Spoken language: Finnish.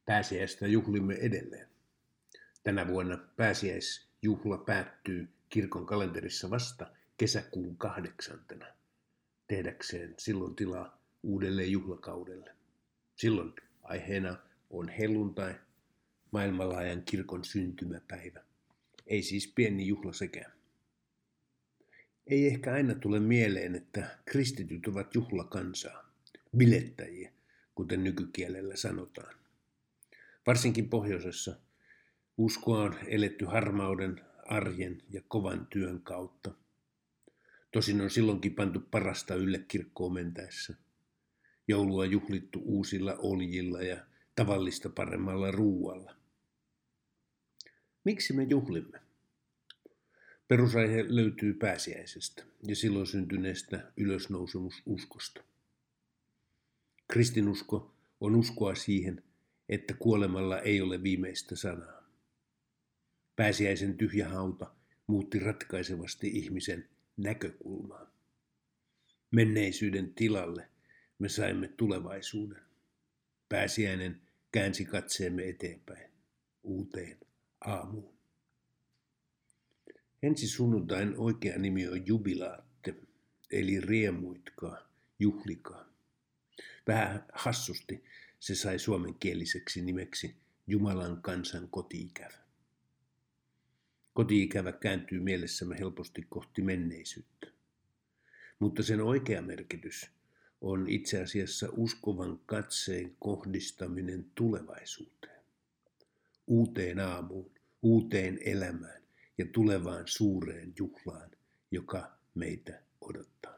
Pääsiäistä juhlimme edelleen. Tänä vuonna pääsiäisjuhla päättyy kirkon kalenterissa vasta kesäkuun 8. tehdäkseen silloin tilaa uudelle juhlakaudelle. Silloin aiheena on helluntai, maailmanlaajan kirkon syntymäpäivä. Ei siis pieni juhla sekään. Ei ehkä aina tule mieleen, että kristityt ovat juhlakansaa, bilettäjiä, kuten nykykielellä sanotaan. Varsinkin pohjoisessa uskoa on eletty harmauden, arjen ja kovan työn kautta. Tosin on silloinkin pantu parasta ylle kirkkoon mentäessä. Joulua juhlittu uusilla oljilla ja tavallista paremmalla ruualla. Miksi me juhlimme? Perusaihe löytyy pääsiäisestä ja silloin syntyneestä ylösnousemususkosta. Kristinusko on uskoa siihen, että kuolemalla ei ole viimeistä sanaa. Pääsiäisen tyhjä hauta muutti ratkaisevasti ihmisen näkökulmaa. Menneisyyden tilalle me saimme tulevaisuuden. Pääsiäinen käänsi katseemme eteenpäin, uuteen aamuun. Ensi sunnuntain oikea nimi on jubilaatte, eli riemuitkaa, juhlikaa. Vähän hassusti se sai suomenkieliseksi nimeksi Jumalan kansan koti-ikävä. Koti-ikävä kääntyy mielessämme helposti kohti menneisyyttä. Mutta sen oikea merkitys on itse asiassa uskovan katseen kohdistaminen tulevaisuuteen. Uuteen aamuun, uuteen elämään ja tulevaan suureen juhlaan, joka meitä odottaa.